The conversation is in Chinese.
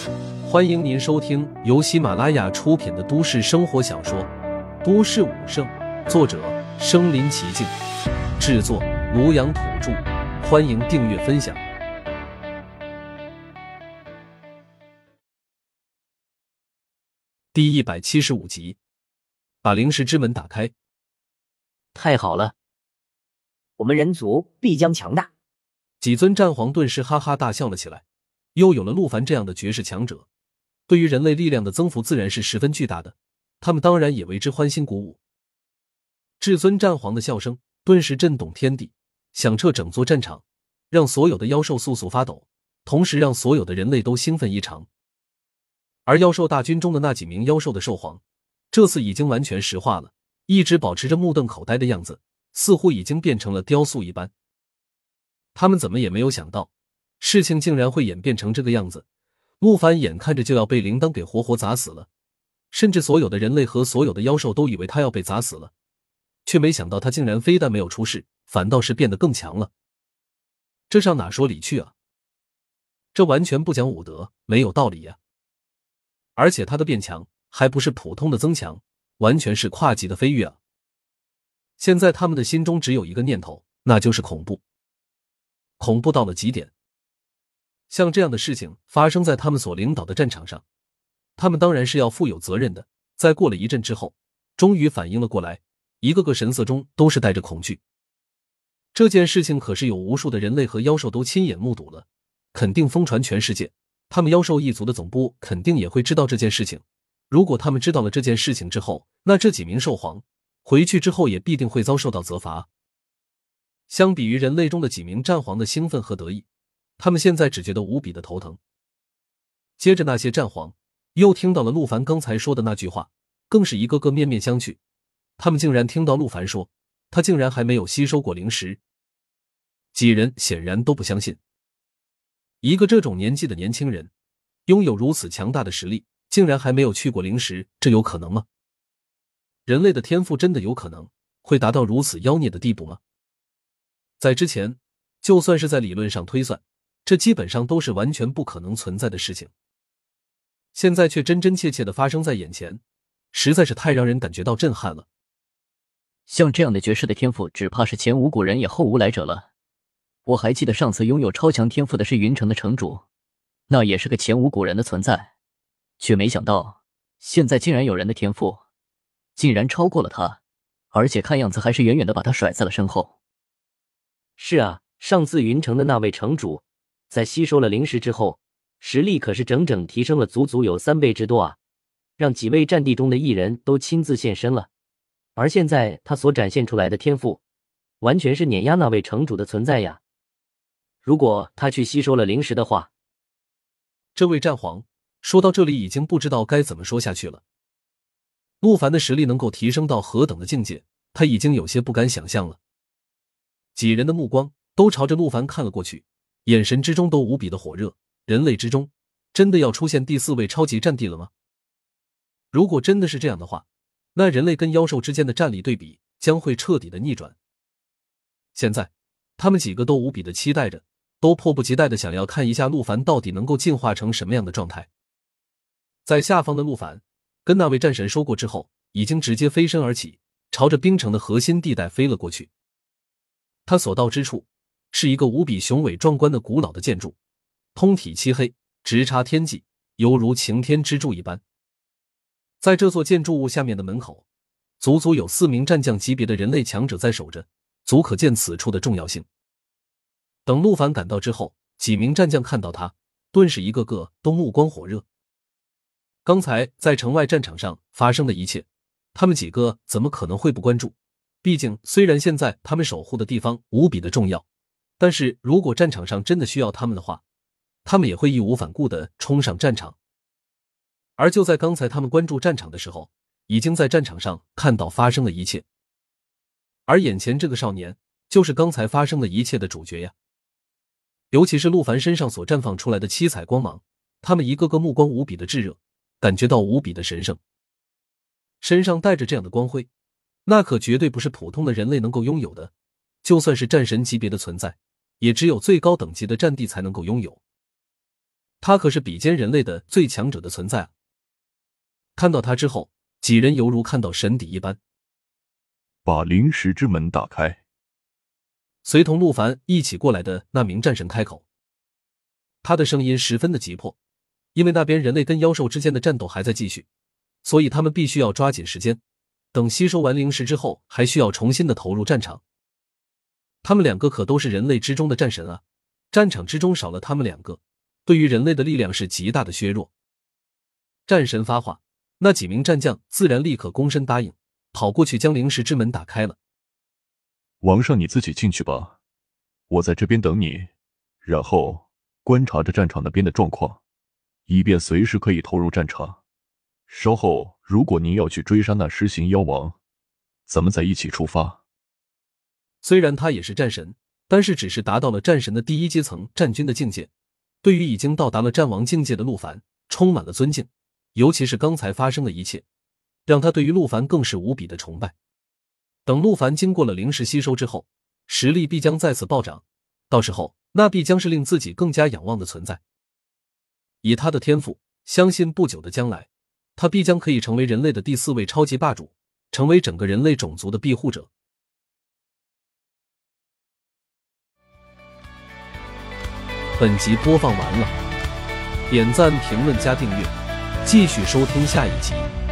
欢迎您收听由喜马拉雅出品的都市生活小说《都市武圣》，作者身临其境，制作庐阳土著。欢迎订阅分享。第175集，把灵石之门打开。 太好了，我们人族必将强大。 几尊战皇顿时哈哈大笑了起来，又有了陆凡这样的绝世强者，对于人类力量的增幅自然是十分巨大的，他们当然也为之欢欣鼓舞。至尊战皇的笑声顿时震动天地，响彻整座战场，让所有的妖兽簌簌发抖，同时让所有的人类都兴奋异常。而妖兽大军中的那几名妖兽的兽皇，这次已经完全石化了，一直保持着目瞪口呆的样子，似乎已经变成了雕塑一般。他们怎么也没有想到，事情竟然会演变成这个样子。陆凡眼看着就要被铃铛给活活砸死了，甚至所有的人类和所有的妖兽都以为他要被砸死了，却没想到他竟然非但没有出事，反倒是变得更强了。这上哪说理去啊？这完全不讲武德，没有道理呀！而且他的变强还不是普通的增强，完全是跨级的飞跃啊！现在他们的心中只有一个念头，那就是恐怖。恐怖到了极点。像这样的事情发生在他们所领导的战场上，他们当然是要负有责任的。在过了一阵之后，终于反应了过来，一个个神色中都是带着恐惧。这件事情可是有无数的人类和妖兽都亲眼目睹了，肯定疯传全世界，他们妖兽一族的总部肯定也会知道这件事情。如果他们知道了这件事情之后，那这几名兽皇回去之后也必定会遭受到责罚。相比于人类中的几名战皇的兴奋和得意，他们现在只觉得无比的头疼。接着那些战皇又听到了陆凡刚才说的那句话，更是一个个面面相觑。他们竟然听到陆凡说，他竟然还没有吸收过灵石。几人显然都不相信，一个这种年纪的年轻人，拥有如此强大的实力，竟然还没有去过灵石，这有可能吗？人类的天赋真的有可能会达到如此妖孽的地步吗？在之前，就算是在理论上推算，这基本上都是完全不可能存在的事情。现在却真真切切的发生在眼前，实在是太让人感觉到震撼了。 像这样的绝世的天赋，只怕是前无古人也后无来者了。我还记得上次拥有超强天赋的是云城的城主，那也是个前无古人的存在，却没想到现在竟然有人的天赋竟然超过了他，而且看样子还是远远的把他甩在了身后。是啊，上次云城的那位城主在吸收了灵石之后，实力可是整整提升了足足有3倍之多啊，让几位战地中的异人都亲自现身了。而现在他所展现出来的天赋，完全是碾压那位城主的存在呀。如果他去吸收了灵石的话， 这位战皇说到这里已经不知道该怎么说下去了。陆凡的实力能够提升到何等的境界，他已经有些不敢想象了。几人的目光都朝着陆凡看了过去，眼神之中都无比的火热。人类之中真的要出现第4位超级战帝了吗？如果真的是这样的话，那人类跟妖兽之间的战力对比将会彻底的逆转。现在他们几个都无比的期待着，都迫不及待的想要看一下陆凡到底能够进化成什么样的状态。在下方的陆凡跟那位战神说过之后，已经直接飞身而起，朝着冰城的核心地带飞了过去。他所到之处是一个无比雄伟壮观的古老的建筑，通体漆黑，直插天际，犹如擎天之柱一般。在这座建筑物下面的门口，足足有4名战将级别的人类强者在守着，足可见此处的重要性。等陆凡赶到之后，几名战将看到他，顿时一个个都目光火热。刚才在城外战场上发生的一切，他们几个怎么可能会不关注？毕竟虽然现在他们守护的地方无比的重要，但是如果战场上真的需要他们的话，他们也会义无反顾地冲上战场。而就在刚才他们关注战场的时候，已经在战场上看到发生的一切。而眼前这个少年就是刚才发生的一切的主角呀。尤其是陆凡身上所绽放出来的七彩光芒，他们一个个目光无比的炙热，感觉到无比的神圣。身上带着这样的光辉，那可绝对不是普通的人类能够拥有的，就算是战神级别的存在，也只有最高等级的战帝才能够拥有。 他可是比肩人类的最强者的存在啊！看到他之后，几人犹如看到神邸一般。 把灵石之门打开。 随同陆凡一起过来的那名战神开口，他的声音十分的急迫，因为那边人类跟妖兽之间的战斗还在继续，所以他们必须要抓紧时间，等吸收完灵石之后，还需要重新的投入战场。他们两个可都是人类之中的战神啊，战场之中少了他们两个，对于人类的力量是极大的削弱。战神发话，那几名战将自然立刻躬身答应，跑过去将灵石之门打开了。 王上你自己进去吧，我在这边等你，然后观察着战场那边的状况，以便随时可以投入战场。稍后如果您要去追杀那狮形妖王，咱们再一起出发。 虽然他也是战神，但是只是达到了战神的第一阶层战军的境界，对于已经到达了战王境界的陆凡充满了尊敬，尤其是刚才发生的一切，让他对于陆凡更是无比的崇拜。等陆凡经过了灵石吸收之后，实力必将再次暴涨，到时候那必将是令自己更加仰望的存在。以他的天赋，相信不久的将来，他必将可以成为人类的第4位超级霸主，成为整个人类种族的庇护者。本集播放完了，点赞、评论、加订阅，继续收听下一集。